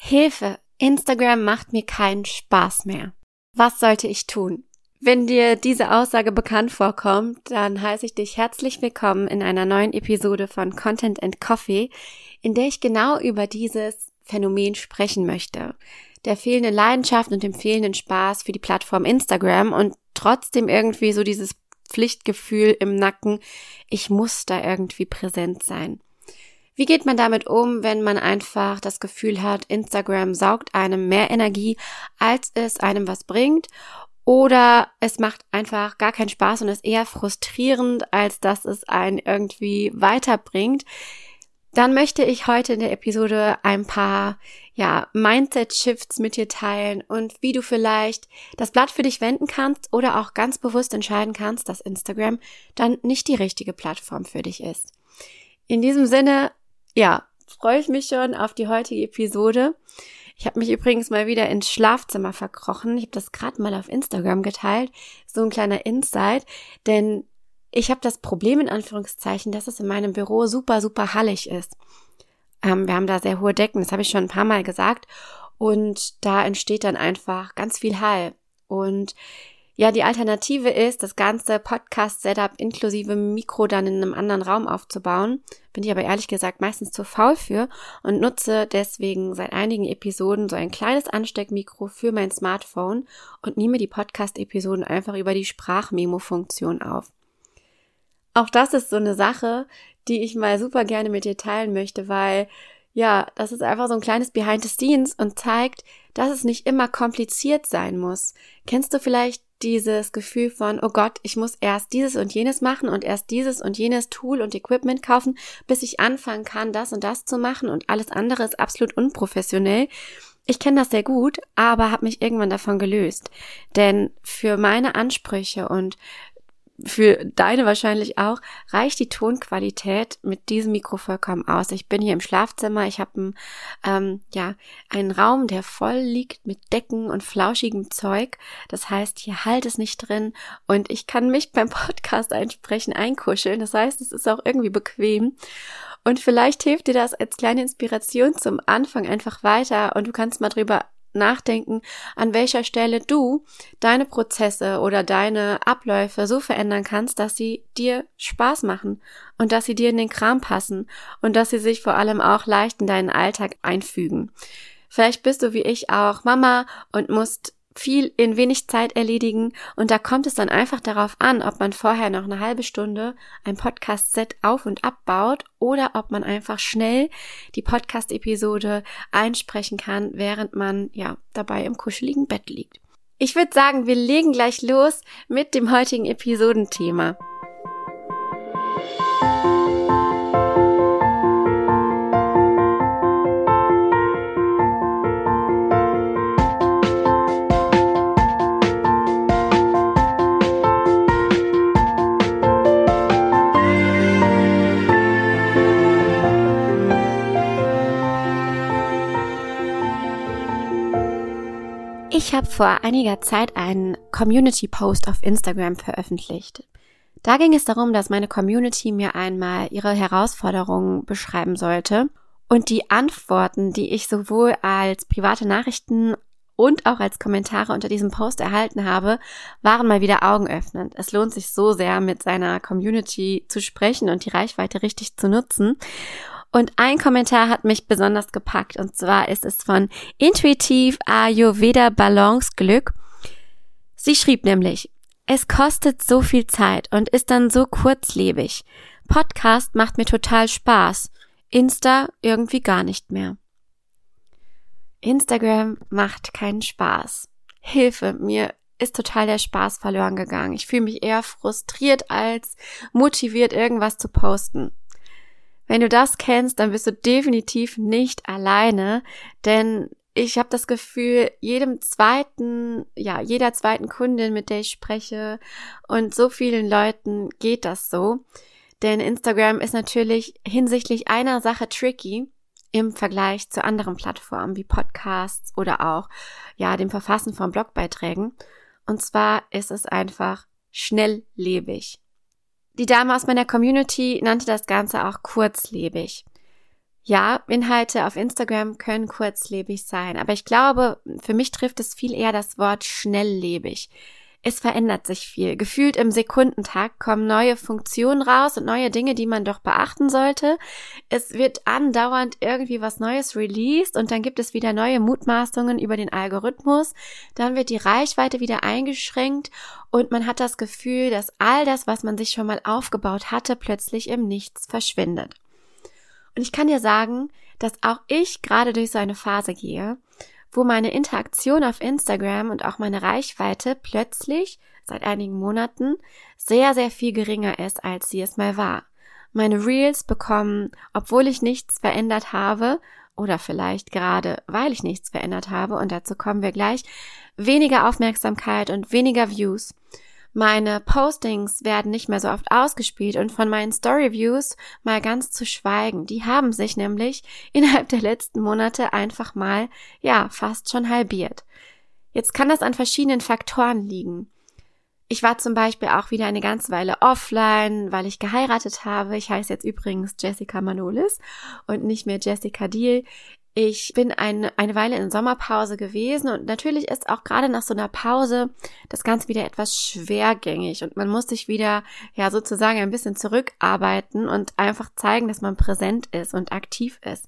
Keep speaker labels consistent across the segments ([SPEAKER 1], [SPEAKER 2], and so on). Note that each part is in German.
[SPEAKER 1] Hilfe, Instagram macht mir keinen Spaß mehr. Was sollte ich tun? Wenn dir diese Aussage bekannt vorkommt, dann heiße ich dich herzlich willkommen in einer neuen Episode von Content & Coffee, in der ich genau über dieses Phänomen sprechen möchte. Der fehlenden Leidenschaft und dem fehlenden Spaß für die Plattform Instagram und trotzdem irgendwie so dieses Pflichtgefühl im Nacken, ich muss da irgendwie präsent sein. Wie geht man damit um, wenn man einfach das Gefühl hat, Instagram saugt einem mehr Energie, als es einem was bringt? Oder es macht einfach gar keinen Spaß und ist eher frustrierend, als dass es einen irgendwie weiterbringt? Dann möchte ich heute in der Episode ein paar Mindset-Shifts mit dir teilen und wie du vielleicht das Blatt für dich wenden kannst oder auch ganz bewusst entscheiden kannst, dass Instagram dann nicht die richtige Plattform für dich ist. In diesem Sinne, freue ich mich schon auf die heutige Episode. Ich habe mich übrigens mal wieder ins Schlafzimmer verkrochen. Ich habe das gerade mal auf Instagram geteilt. So ein kleiner Insight, denn ich habe das Problem in Anführungszeichen, dass es in meinem Büro super, super hallig ist. Wir haben da sehr hohe Decken, das habe ich schon ein paar Mal gesagt. Und da entsteht dann einfach ganz viel Hall. Und ja, die Alternative ist, das ganze Podcast-Setup inklusive Mikro dann in einem anderen Raum aufzubauen. Bin ich aber ehrlich gesagt meistens zu faul für und nutze deswegen seit einigen Episoden so ein kleines Ansteckmikro für mein Smartphone und nehme die Podcast-Episoden einfach über die Sprachmemo-Funktion auf. Auch das ist so eine Sache, die ich mal super gerne mit dir teilen möchte, weil das ist einfach so ein kleines Behind the Scenes und zeigt, dass es nicht immer kompliziert sein muss. Kennst du vielleicht dieses Gefühl von, oh Gott, ich muss erst dieses und jenes machen und erst dieses und jenes Tool und Equipment kaufen, bis ich anfangen kann, das und das zu machen und alles andere ist absolut unprofessionell. Ich kenne das sehr gut, aber habe mich irgendwann davon gelöst. Denn für meine Ansprüche und für deine wahrscheinlich auch, reicht die Tonqualität mit diesem Mikro vollkommen aus. Ich bin hier im Schlafzimmer, ich habe einen Raum, der voll liegt mit Decken und flauschigem Zeug. Das heißt, hier halt es nicht drin und ich kann mich beim Podcast einsprechen einkuscheln. Das heißt, es ist auch irgendwie bequem. Und vielleicht hilft dir das als kleine Inspiration zum Anfang einfach weiter und du kannst mal drüber nachdenken, an welcher Stelle du deine Prozesse oder deine Abläufe so verändern kannst, dass sie dir Spaß machen und dass sie dir in den Kram passen und dass sie sich vor allem auch leicht in deinen Alltag einfügen. Vielleicht bist du wie ich auch Mama und musst viel in wenig Zeit erledigen und da kommt es dann einfach darauf an, ob man vorher noch eine halbe Stunde ein Podcast-Set auf- und abbaut oder ob man einfach schnell die Podcast-Episode einsprechen kann, während man dabei im kuscheligen Bett liegt. Ich würde sagen, wir legen gleich los mit dem heutigen Episodenthema. Ich habe vor einiger Zeit einen Community-Post auf Instagram veröffentlicht. Da ging es darum, dass meine Community mir einmal ihre Herausforderungen beschreiben sollte. Und die Antworten, die ich sowohl als private Nachrichten und auch als Kommentare unter diesem Post erhalten habe, waren mal wieder augenöffnend. Es lohnt sich so sehr, mit seiner Community zu sprechen und die Reichweite richtig zu nutzen. Und ein Kommentar hat mich besonders gepackt und zwar ist es von Intuitiv Ayurveda Balance Glück. Sie schrieb nämlich, es kostet so viel Zeit und ist dann so kurzlebig. Podcast macht mir total Spaß. Insta irgendwie gar nicht mehr. Instagram macht keinen Spaß. Hilfe, mir ist total der Spaß verloren gegangen. Ich fühle mich eher frustriert als motiviert, irgendwas zu posten. Wenn du das kennst, dann bist du definitiv nicht alleine, denn ich habe das Gefühl, jeder zweiten Kundin, mit der ich spreche und so vielen Leuten geht das so, denn Instagram ist natürlich hinsichtlich einer Sache tricky im Vergleich zu anderen Plattformen wie Podcasts oder auch dem Verfassen von Blogbeiträgen und zwar ist es einfach schnelllebig. Die Dame aus meiner Community nannte das Ganze auch kurzlebig. Ja, Inhalte auf Instagram können kurzlebig sein, aber ich glaube, für mich trifft es viel eher das Wort schnelllebig. Es verändert sich viel. Gefühlt im Sekundentakt kommen neue Funktionen raus und neue Dinge, die man doch beachten sollte. Es wird andauernd irgendwie was Neues released und dann gibt es wieder neue Mutmaßungen über den Algorithmus. Dann wird die Reichweite wieder eingeschränkt und man hat das Gefühl, dass all das, was man sich schon mal aufgebaut hatte, plötzlich im Nichts verschwindet. Und ich kann dir sagen, dass auch ich gerade durch so eine Phase gehe, wo meine Interaktion auf Instagram und auch meine Reichweite plötzlich seit einigen Monaten sehr, sehr viel geringer ist, als sie es mal war. Meine Reels bekommen, obwohl ich nichts verändert habe, oder vielleicht gerade, weil ich nichts verändert habe, und dazu kommen wir gleich, weniger Aufmerksamkeit und weniger Views. Meine Postings werden nicht mehr so oft ausgespielt und von meinen Storyviews mal ganz zu schweigen. Die haben sich nämlich innerhalb der letzten Monate einfach mal, fast schon halbiert. Jetzt kann das an verschiedenen Faktoren liegen. Ich war zum Beispiel auch wieder eine ganze Weile offline, weil ich geheiratet habe. Ich heiße jetzt übrigens Jessica Manolis und nicht mehr Jessica Deal. Ich bin eine Weile in Sommerpause gewesen und natürlich ist auch gerade nach so einer Pause das Ganze wieder etwas schwergängig und man muss sich wieder sozusagen ein bisschen zurückarbeiten und einfach zeigen, dass man präsent ist und aktiv ist.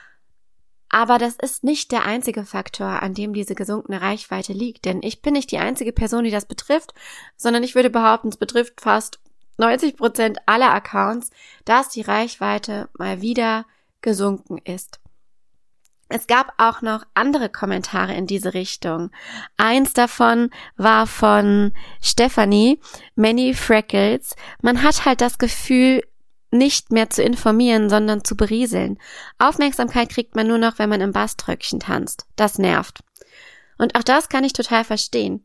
[SPEAKER 1] Aber das ist nicht der einzige Faktor, an dem diese gesunkene Reichweite liegt, denn ich bin nicht die einzige Person, die das betrifft, sondern ich würde behaupten, es betrifft fast 90% aller Accounts, dass die Reichweite mal wieder gesunken ist. Es gab auch noch andere Kommentare in diese Richtung. Eins davon war von Stephanie, Many Freckles. Man hat halt das Gefühl, nicht mehr zu informieren, sondern zu berieseln. Aufmerksamkeit kriegt man nur noch, wenn man im Baströckchen tanzt. Das nervt. Und auch das kann ich total verstehen.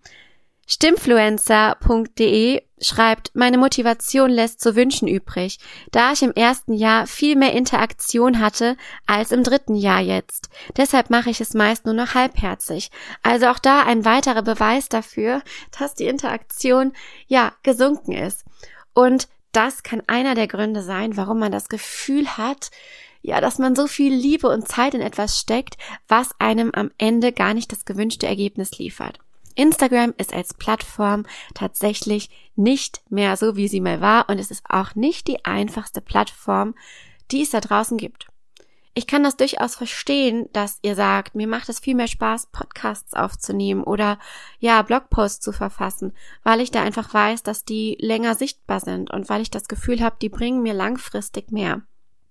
[SPEAKER 1] Stimmfluencer.de schreibt, meine Motivation lässt zu wünschen übrig, da ich im ersten Jahr viel mehr Interaktion hatte als im dritten Jahr jetzt. Deshalb mache ich es meist nur noch halbherzig. Also auch da ein weiterer Beweis dafür, dass die Interaktion gesunken ist. Und das kann einer der Gründe sein, warum man das Gefühl hat, dass man so viel Liebe und Zeit in etwas steckt, was einem am Ende gar nicht das gewünschte Ergebnis liefert. Instagram ist als Plattform tatsächlich nicht mehr so, wie sie mal war, und es ist auch nicht die einfachste Plattform, die es da draußen gibt. Ich kann das durchaus verstehen, dass ihr sagt, mir macht es viel mehr Spaß, Podcasts aufzunehmen oder Blogposts zu verfassen, weil ich da einfach weiß, dass die länger sichtbar sind und weil ich das Gefühl habe, die bringen mir langfristig mehr.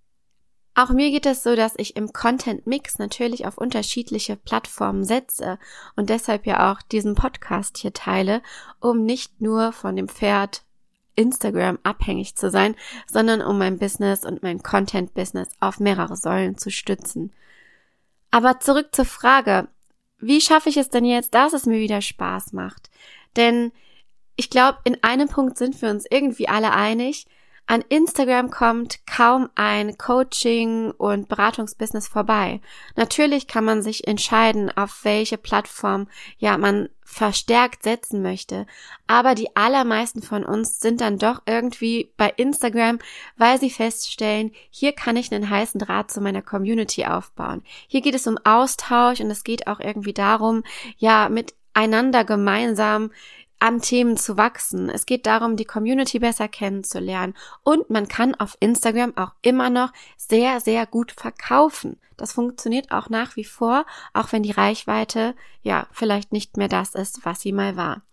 [SPEAKER 1] Auch mir geht es so, dass ich im Content-Mix natürlich auf unterschiedliche Plattformen setze und deshalb ja auch diesen Podcast hier teile, um nicht nur von dem Pferd Instagram abhängig zu sein, sondern um mein Business und mein Content-Business auf mehrere Säulen zu stützen. Aber zurück zur Frage, wie schaffe ich es denn jetzt, dass es mir wieder Spaß macht? Denn ich glaube, in einem Punkt sind wir uns irgendwie alle einig. An Instagram kommt kaum ein Coaching- und Beratungsbusiness vorbei. Natürlich kann man sich entscheiden, auf welche Plattform man verstärkt setzen möchte. Aber die allermeisten von uns sind dann doch irgendwie bei Instagram, weil sie feststellen, hier kann ich einen heißen Draht zu meiner Community aufbauen. Hier geht es um Austausch und es geht auch irgendwie darum, miteinander gemeinsam an Themen zu wachsen. Es geht darum, die Community besser kennenzulernen und man kann auf Instagram auch immer noch sehr, sehr gut verkaufen. Das funktioniert auch nach wie vor, auch wenn die Reichweite vielleicht nicht mehr das ist, was sie mal war.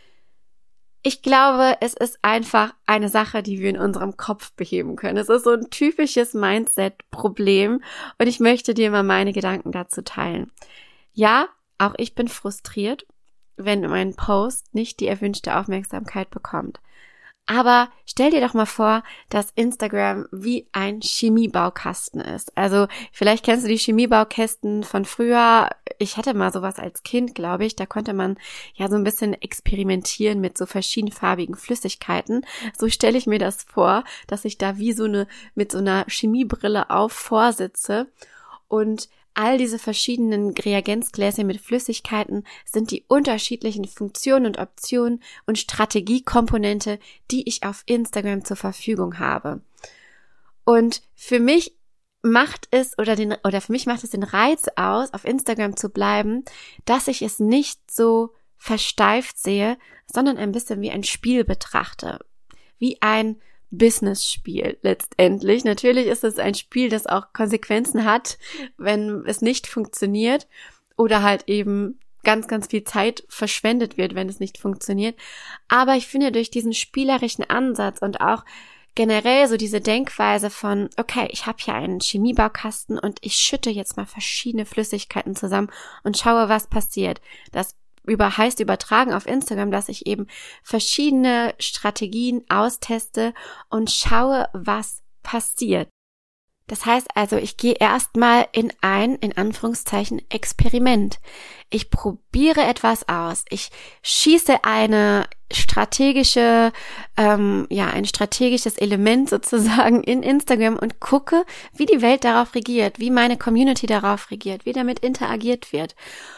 [SPEAKER 1] Ich glaube, es ist einfach eine Sache, die wir in unserem Kopf beheben können. Es ist so ein typisches Mindset-Problem und ich möchte dir mal meine Gedanken dazu teilen. Ja, auch ich bin frustriert, wenn mein Post nicht die erwünschte Aufmerksamkeit bekommt. Aber stell dir doch mal vor, dass Instagram wie ein Chemiebaukasten ist. Also vielleicht kennst du die Chemiebaukästen von früher. Ich hatte mal sowas als Kind, glaube ich. Da konnte man so ein bisschen experimentieren mit so verschiedenfarbigen Flüssigkeiten. So stelle ich mir das vor, dass ich da wie mit so einer Chemiebrille auf vorsitze und all diese verschiedenen Reagenzgläser mit Flüssigkeiten sind die unterschiedlichen Funktionen und Optionen und Strategiekomponente, die ich auf Instagram zur Verfügung habe. Und für mich macht es oder für mich macht es den Reiz aus, auf Instagram zu bleiben, dass ich es nicht so versteift sehe, sondern ein bisschen wie ein Spiel betrachte. Wie ein Business-Spiel letztendlich. Natürlich ist es ein Spiel, das auch Konsequenzen hat, wenn es nicht funktioniert oder halt eben ganz, ganz viel Zeit verschwendet wird, wenn es nicht funktioniert. Aber ich finde, durch diesen spielerischen Ansatz und auch generell so diese Denkweise von, okay, ich habe hier einen Chemiebaukasten und ich schütte jetzt mal verschiedene Flüssigkeiten zusammen und schaue, was passiert. Das heißt übertragen auf Instagram, dass ich eben verschiedene Strategien austeste und schaue, was passiert. Das heißt also, ich gehe erstmal in ein, in Anführungszeichen, Experiment. Ich probiere etwas aus. Ich schieße ein strategisches Element sozusagen in Instagram und gucke, wie die Welt darauf reagiert, wie meine Community darauf reagiert, wie damit interagiert wird.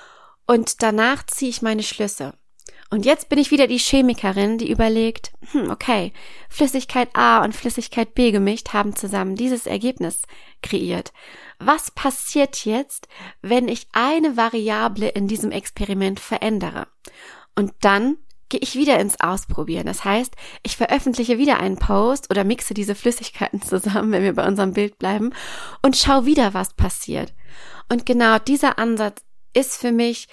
[SPEAKER 1] Und danach ziehe ich meine Schlüsse. Und jetzt bin ich wieder die Chemikerin, die überlegt, okay, Flüssigkeit A und Flüssigkeit B gemischt haben zusammen dieses Ergebnis kreiert. Was passiert jetzt, wenn ich eine Variable in diesem Experiment verändere? Und dann gehe ich wieder ins Ausprobieren. Das heißt, ich veröffentliche wieder einen Post oder mixe diese Flüssigkeiten zusammen, wenn wir bei unserem Bild bleiben, und schaue wieder, was passiert. Und genau dieser Ansatz ist für mich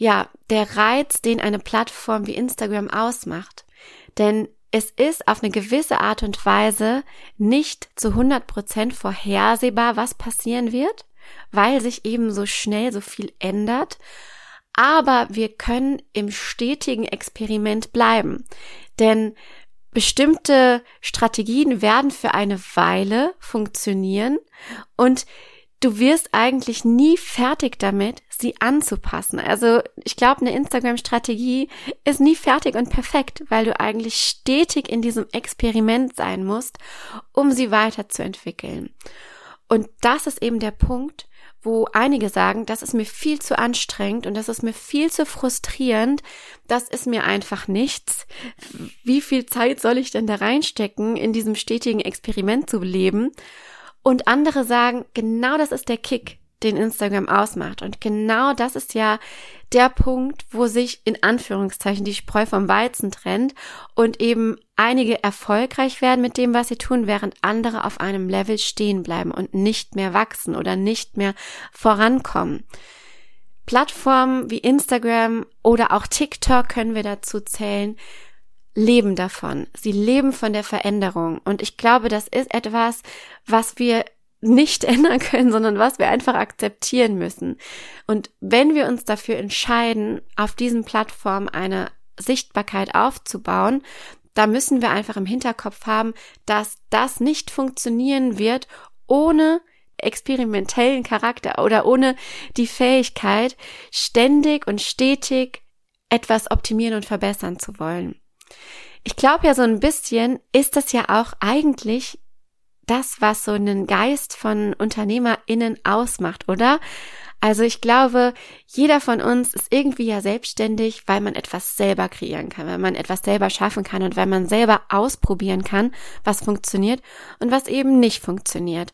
[SPEAKER 1] der Reiz, den eine Plattform wie Instagram ausmacht. Denn es ist auf eine gewisse Art und Weise nicht zu 100% vorhersehbar, was passieren wird, weil sich eben so schnell so viel ändert. Aber wir können im stetigen Experiment bleiben. Denn bestimmte Strategien werden für eine Weile funktionieren und du wirst eigentlich nie fertig damit, sie anzupassen. Also ich glaube, eine Instagram-Strategie ist nie fertig und perfekt, weil du eigentlich stetig in diesem Experiment sein musst, um sie weiterzuentwickeln. Und das ist eben der Punkt, wo einige sagen, das ist mir viel zu anstrengend und das ist mir viel zu frustrierend, das ist mir einfach nichts. Wie viel Zeit soll ich denn da reinstecken, in diesem stetigen Experiment zu leben? Und andere sagen, genau das ist der Kick, den Instagram ausmacht. Und genau das ist ja der Punkt, wo sich in Anführungszeichen die Spreu vom Weizen trennt und eben einige erfolgreich werden mit dem, was sie tun, während andere auf einem Level stehen bleiben und nicht mehr wachsen oder nicht mehr vorankommen. Plattformen wie Instagram oder auch TikTok können wir dazu zählen, leben davon. Sie leben von der Veränderung. Und ich glaube, das ist etwas, was wir nicht ändern können, sondern was wir einfach akzeptieren müssen. Und wenn wir uns dafür entscheiden, auf diesen Plattformen eine Sichtbarkeit aufzubauen, da müssen wir einfach im Hinterkopf haben, dass das nicht funktionieren wird ohne experimentellen Charakter oder ohne die Fähigkeit, ständig und stetig etwas optimieren und verbessern zu wollen. Ich glaube ja, so ein bisschen ist das ja auch eigentlich das, was so einen Geist von UnternehmerInnen ausmacht, oder? Also ich glaube, jeder von uns ist irgendwie ja selbstständig, weil man etwas selber kreieren kann, weil man etwas selber schaffen kann und weil man selber ausprobieren kann, was funktioniert und was eben nicht funktioniert.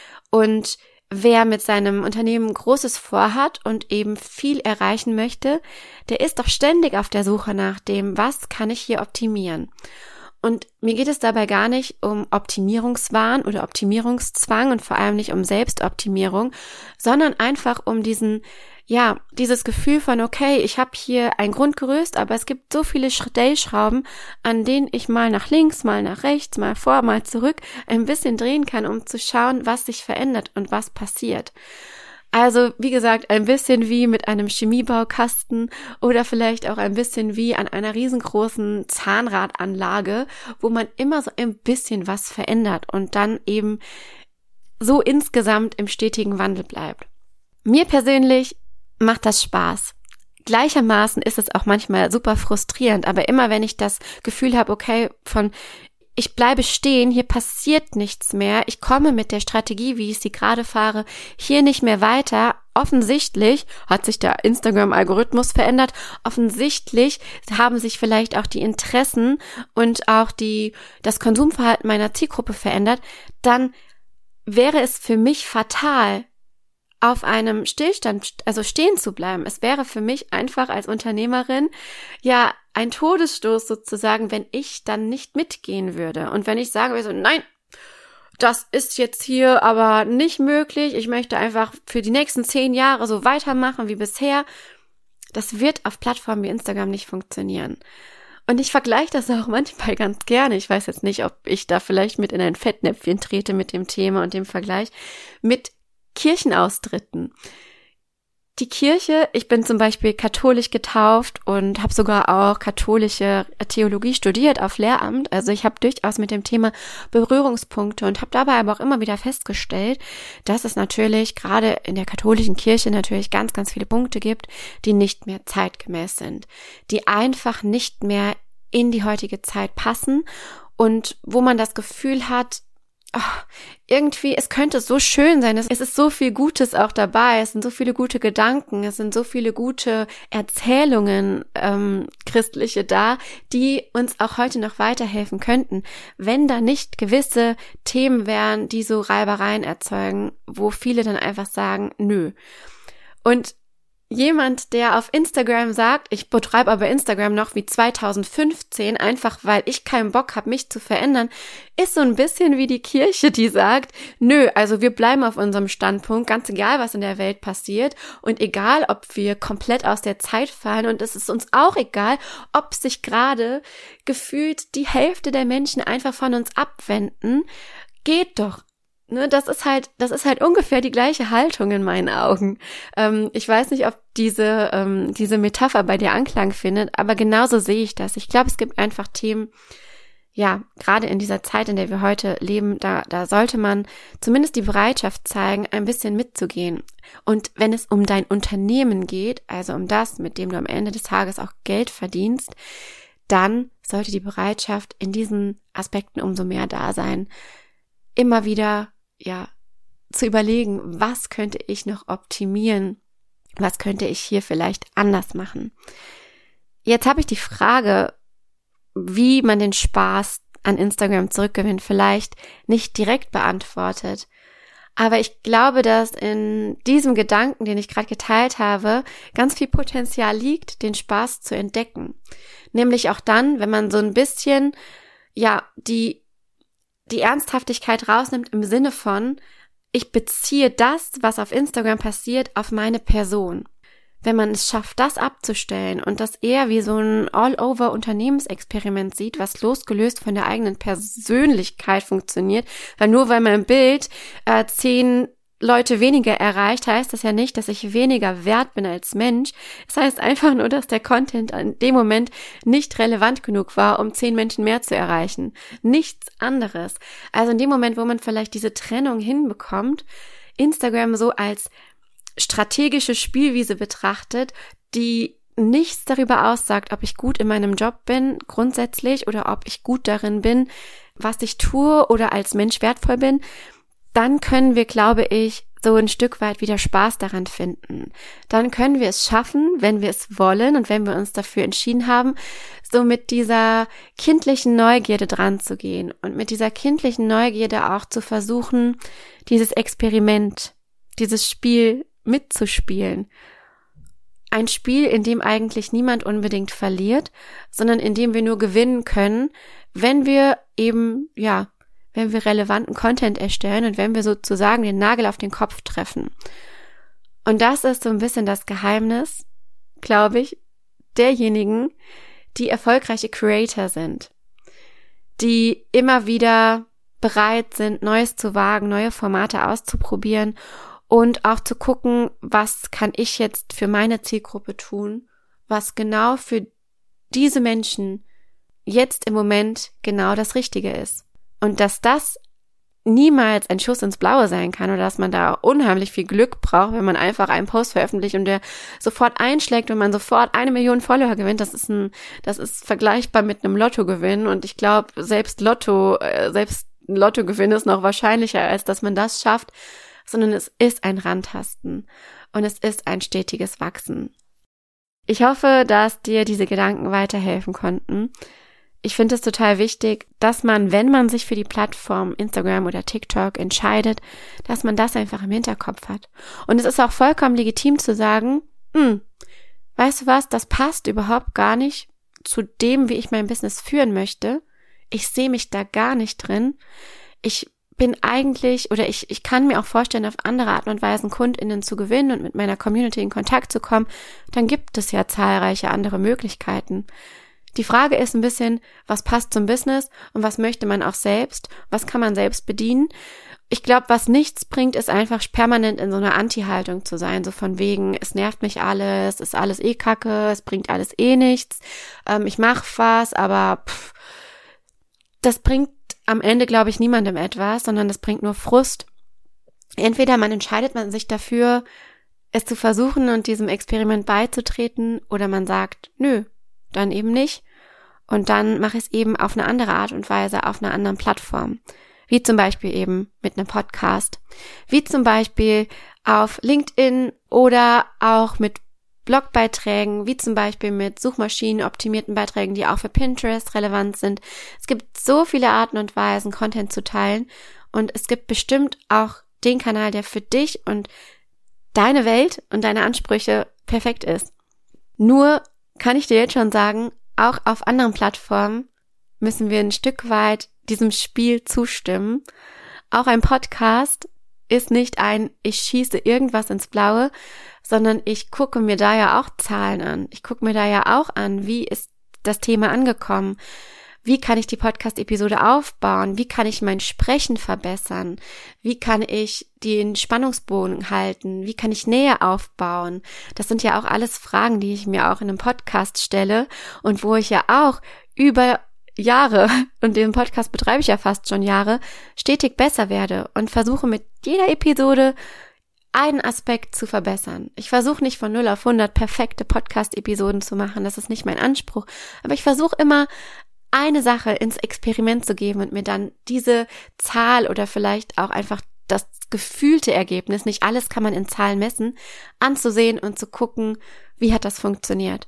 [SPEAKER 1] Und wer mit seinem Unternehmen Großes vorhat und eben viel erreichen möchte, der ist doch ständig auf der Suche nach dem, was kann ich hier optimieren. Und mir geht es dabei gar nicht um Optimierungswahn oder Optimierungszwang und vor allem nicht um Selbstoptimierung, sondern einfach um dieses Gefühl von, okay, ich habe hier ein Grundgerüst, aber es gibt so viele Stellschrauben, an denen ich mal nach links, mal nach rechts, mal vor, mal zurück ein bisschen drehen kann, um zu schauen, was sich verändert und was passiert. Also, wie gesagt, ein bisschen wie mit einem Chemiebaukasten oder vielleicht auch ein bisschen wie an einer riesengroßen Zahnradanlage, wo man immer so ein bisschen was verändert und dann eben so insgesamt im stetigen Wandel bleibt. Mir persönlich macht das Spaß. Gleichermaßen ist es auch manchmal super frustrierend, aber immer wenn ich das Gefühl habe, okay, ich bleibe stehen, hier passiert nichts mehr, ich komme mit der Strategie, wie ich sie gerade fahre, hier nicht mehr weiter. Offensichtlich hat sich der Instagram-Algorithmus verändert, offensichtlich haben sich vielleicht auch die Interessen und auch das Konsumverhalten meiner Zielgruppe verändert, dann wäre es für mich fatal, auf einem Stillstand, also stehen zu bleiben. Es wäre für mich einfach als Unternehmerin ja ein Todesstoß sozusagen, wenn ich dann nicht mitgehen würde. Und wenn ich sagen würde, nein, das ist jetzt hier aber nicht möglich, ich möchte einfach für die nächsten 10 Jahre so weitermachen wie bisher, das wird auf Plattformen wie Instagram nicht funktionieren. Und ich vergleiche das auch manchmal ganz gerne. Ich weiß jetzt nicht, ob ich da vielleicht mit in ein Fettnäpfchen trete mit dem Thema und dem Vergleich mit Kirchenaustritten. Die Kirche, ich bin zum Beispiel katholisch getauft und habe sogar auch katholische Theologie studiert auf Lehramt. Also ich habe durchaus mit dem Thema Berührungspunkte und habe dabei aber auch immer wieder festgestellt, dass es natürlich gerade in der katholischen Kirche natürlich ganz, ganz viele Punkte gibt, die nicht mehr zeitgemäß sind, die einfach nicht mehr in die heutige Zeit passen und wo man das Gefühl hat, irgendwie, es könnte so schön sein, es ist so viel Gutes auch dabei, es sind so viele gute Gedanken, es sind so viele gute Erzählungen, christliche da, die uns auch heute noch weiterhelfen könnten, wenn da nicht gewisse Themen wären, die so Reibereien erzeugen, wo viele dann einfach sagen, nö. Und jemand, der auf Instagram sagt, ich betreibe aber Instagram noch wie 2015, einfach weil ich keinen Bock habe, mich zu verändern, ist so ein bisschen wie die Kirche, die sagt, nö, also wir bleiben auf unserem Standpunkt, ganz egal, was in der Welt passiert und egal, ob wir komplett aus der Zeit fallen und es ist uns auch egal, ob sich gerade gefühlt die Hälfte der Menschen einfach von uns abwenden, geht doch. Ne, das ist halt ungefähr die gleiche Haltung in meinen Augen. Ich weiß nicht, ob diese Metapher bei dir Anklang findet, aber genauso sehe ich das. Ich glaube, es gibt einfach Themen, ja, gerade in dieser Zeit, in der wir heute leben, da sollte man zumindest die Bereitschaft zeigen, ein bisschen mitzugehen. Und wenn es um dein Unternehmen geht, also um das, mit dem du am Ende des Tages auch Geld verdienst, dann sollte die Bereitschaft in diesen Aspekten umso mehr da sein, immer wieder ja zu überlegen, was könnte ich noch optimieren, was könnte ich hier vielleicht anders machen. Jetzt habe ich die Frage, wie man den Spaß an Instagram zurückgewinnt, vielleicht nicht direkt beantwortet. Aber ich glaube, dass in diesem Gedanken, den ich gerade geteilt habe, ganz viel Potenzial liegt, den Spaß zu entdecken. Nämlich auch dann, wenn man so ein bisschen ja die Ernsthaftigkeit rausnimmt im Sinne von, ich beziehe das, was auf Instagram passiert, auf meine Person. Wenn man es schafft, das abzustellen und das eher wie so ein All-over-Unternehmensexperiment sieht, was losgelöst von der eigenen Persönlichkeit funktioniert, weil nur weil mein Bild 10 Leute weniger erreicht, heißt das ja nicht, dass ich weniger wert bin als Mensch. Es heißt einfach nur, dass der Content in dem Moment nicht relevant genug war, um 10 Menschen mehr zu erreichen. Nichts anderes. Also in dem Moment, wo man vielleicht diese Trennung hinbekommt, Instagram so als strategische Spielwiese betrachtet, die nichts darüber aussagt, ob ich gut in meinem Job bin, grundsätzlich, oder ob ich gut darin bin, was ich tue oder als Mensch wertvoll bin, dann können wir, glaube ich, so ein Stück weit wieder Spaß daran finden. Dann können wir es schaffen, wenn wir es wollen und wenn wir uns dafür entschieden haben, so mit dieser kindlichen Neugierde dran zu gehen und mit dieser kindlichen Neugierde auch zu versuchen, dieses Experiment, dieses Spiel mitzuspielen. Ein Spiel, in dem eigentlich niemand unbedingt verliert, sondern in dem wir nur gewinnen können, wenn wir eben, wenn wir relevanten Content erstellen und wenn wir sozusagen den Nagel auf den Kopf treffen. Und das ist so ein bisschen das Geheimnis, glaube ich, derjenigen, die erfolgreiche Creator sind, die immer wieder bereit sind, Neues zu wagen, neue Formate auszuprobieren und auch zu gucken, was kann ich jetzt für meine Zielgruppe tun, was genau für diese Menschen jetzt im Moment genau das Richtige ist. Und dass das niemals ein Schuss ins Blaue sein kann oder dass man da unheimlich viel Glück braucht, wenn man einfach einen Post veröffentlicht und der sofort einschlägt und man sofort 1 Million Follower gewinnt, das ist vergleichbar mit einem Lottogewinn und ich glaube, selbst ein Lottogewinn ist noch wahrscheinlicher, als dass man das schafft, sondern es ist ein Rantasten und es ist ein stetiges Wachsen. Ich hoffe, dass dir diese Gedanken weiterhelfen konnten. ich finde es total wichtig, dass man, wenn man sich für die Plattform Instagram oder TikTok entscheidet, dass man das einfach im Hinterkopf hat. Und es ist auch vollkommen legitim zu sagen, weißt du was, das passt überhaupt gar nicht zu dem, wie ich mein Business führen möchte. Ich sehe mich da gar nicht drin. Ich bin eigentlich, oder ich kann mir auch vorstellen, auf andere Art und Weise KundInnen zu gewinnen und mit meiner Community in Kontakt zu kommen. Dann gibt es ja zahlreiche andere Möglichkeiten. Die Frage ist ein bisschen, was passt zum Business und was möchte man auch selbst? Was kann man selbst bedienen? Ich glaube, was nichts bringt, ist einfach permanent in so einer Anti-Haltung zu sein, so von wegen, es nervt mich alles, ist alles eh Kacke, es bringt alles eh nichts, ich mache was, aber das bringt am Ende, glaube ich, niemandem etwas, sondern das bringt nur Frust. Entweder man entscheidet sich dafür, es zu versuchen und diesem Experiment beizutreten, oder man sagt, nö, dann eben nicht. Und dann mache ich es eben auf eine andere Art und Weise, auf einer anderen Plattform. Wie zum Beispiel eben mit einem Podcast. Wie zum Beispiel auf LinkedIn oder auch mit Blogbeiträgen, wie zum Beispiel mit suchmaschinenoptimierten Beiträgen, die auch für Pinterest relevant sind. Es gibt so viele Arten und Weisen, Content zu teilen. Und es gibt bestimmt auch den Kanal, der für dich und deine Welt und deine Ansprüche perfekt ist. Nur kann ich dir jetzt schon sagen, auch auf anderen Plattformen müssen wir ein Stück weit diesem Spiel zustimmen. Auch ein Podcast ist nicht ein, ich schieße irgendwas ins Blaue, sondern ich gucke mir da ja auch Zahlen an. Ich gucke mir da ja auch an, wie ist das Thema angekommen? Wie kann ich die Podcast-Episode aufbauen? Wie kann ich mein Sprechen verbessern? Wie kann ich den Spannungsbogen halten? Wie kann ich Nähe aufbauen? Das sind ja auch alles Fragen, die ich mir auch in einem Podcast stelle und wo ich ja auch über Jahre, und den Podcast betreibe ich ja fast schon Jahre, stetig besser werde und versuche mit jeder Episode einen Aspekt zu verbessern. Ich versuche nicht von 0 auf 100 perfekte Podcast-Episoden zu machen, das ist nicht mein Anspruch, aber ich versuche immer, eine Sache ins Experiment zu geben und mir dann diese Zahl oder vielleicht auch einfach das gefühlte Ergebnis, nicht alles kann man in Zahlen messen, anzusehen und zu gucken, wie hat das funktioniert.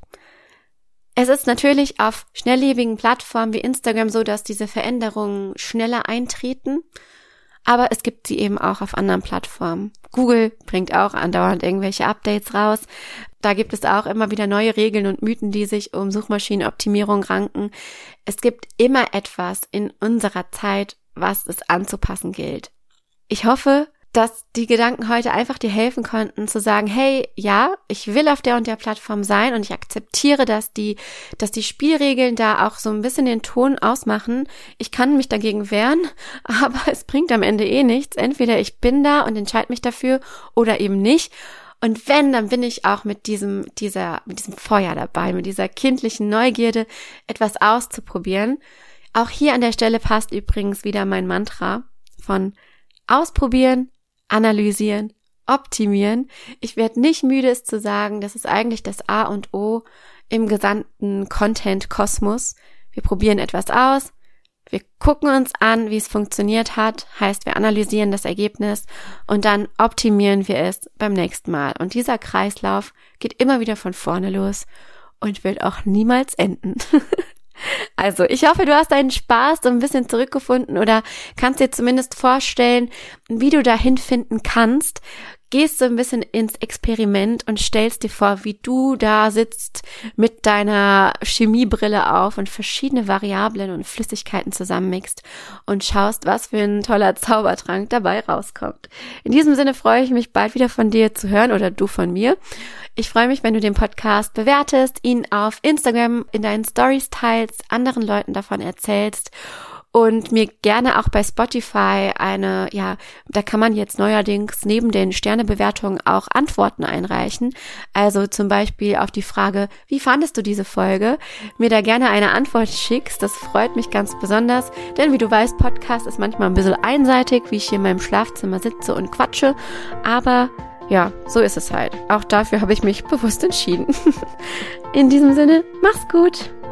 [SPEAKER 1] Es ist natürlich auf schnelllebigen Plattformen wie Instagram so, dass diese Veränderungen schneller eintreten, aber es gibt sie eben auch auf anderen Plattformen. Google bringt auch andauernd irgendwelche Updates raus. Da gibt es auch immer wieder neue Regeln und Mythen, die sich um Suchmaschinenoptimierung ranken. Es gibt immer etwas in unserer Zeit, was es anzupassen gilt. Ich hoffe, dass die Gedanken heute einfach dir helfen konnten, zu sagen, hey, ja, ich will auf der und der Plattform sein und ich akzeptiere, dass die Spielregeln da auch so ein bisschen den Ton ausmachen. Ich kann mich dagegen wehren, aber es bringt am Ende eh nichts. Entweder ich bin da und entscheide mich dafür oder eben nicht. Und wenn, dann bin ich auch mit diesem Feuer dabei, mit dieser kindlichen Neugierde, etwas auszuprobieren. Auch hier an der Stelle passt übrigens wieder mein Mantra von ausprobieren, analysieren, optimieren. Ich werde nicht müde, es zu sagen, das ist eigentlich das A und O im gesamten Content-Kosmos. Wir probieren etwas aus, wir gucken uns an, wie es funktioniert hat, heißt, wir analysieren das Ergebnis und dann optimieren wir es beim nächsten Mal. Und dieser Kreislauf geht immer wieder von vorne los und wird auch niemals enden. Also, ich hoffe, du hast deinen Spaß so ein bisschen zurückgefunden oder kannst dir zumindest vorstellen, wie du dahin finden kannst. Gehst so ein bisschen ins Experiment und stellst dir vor, wie du da sitzt mit deiner Chemiebrille auf und verschiedene Variablen und Flüssigkeiten zusammenmixt und schaust, was für ein toller Zaubertrank dabei rauskommt. In diesem Sinne freue ich mich, bald wieder von dir zu hören oder du von mir. Ich freue mich, wenn du den Podcast bewertest, ihn auf Instagram in deinen Stories teilst, anderen Leuten davon erzählst und mir gerne auch bei Spotify da kann man jetzt neuerdings neben den Sternebewertungen auch Antworten einreichen. Also zum Beispiel auf die Frage, wie fandest du diese Folge? Mir da gerne eine Antwort schickst, das freut mich ganz besonders, denn wie du weißt, Podcast ist manchmal ein bisschen einseitig, wie ich hier in meinem Schlafzimmer sitze und quatsche, aber ja, so ist es halt. Auch dafür habe ich mich bewusst entschieden. In diesem Sinne, mach's gut!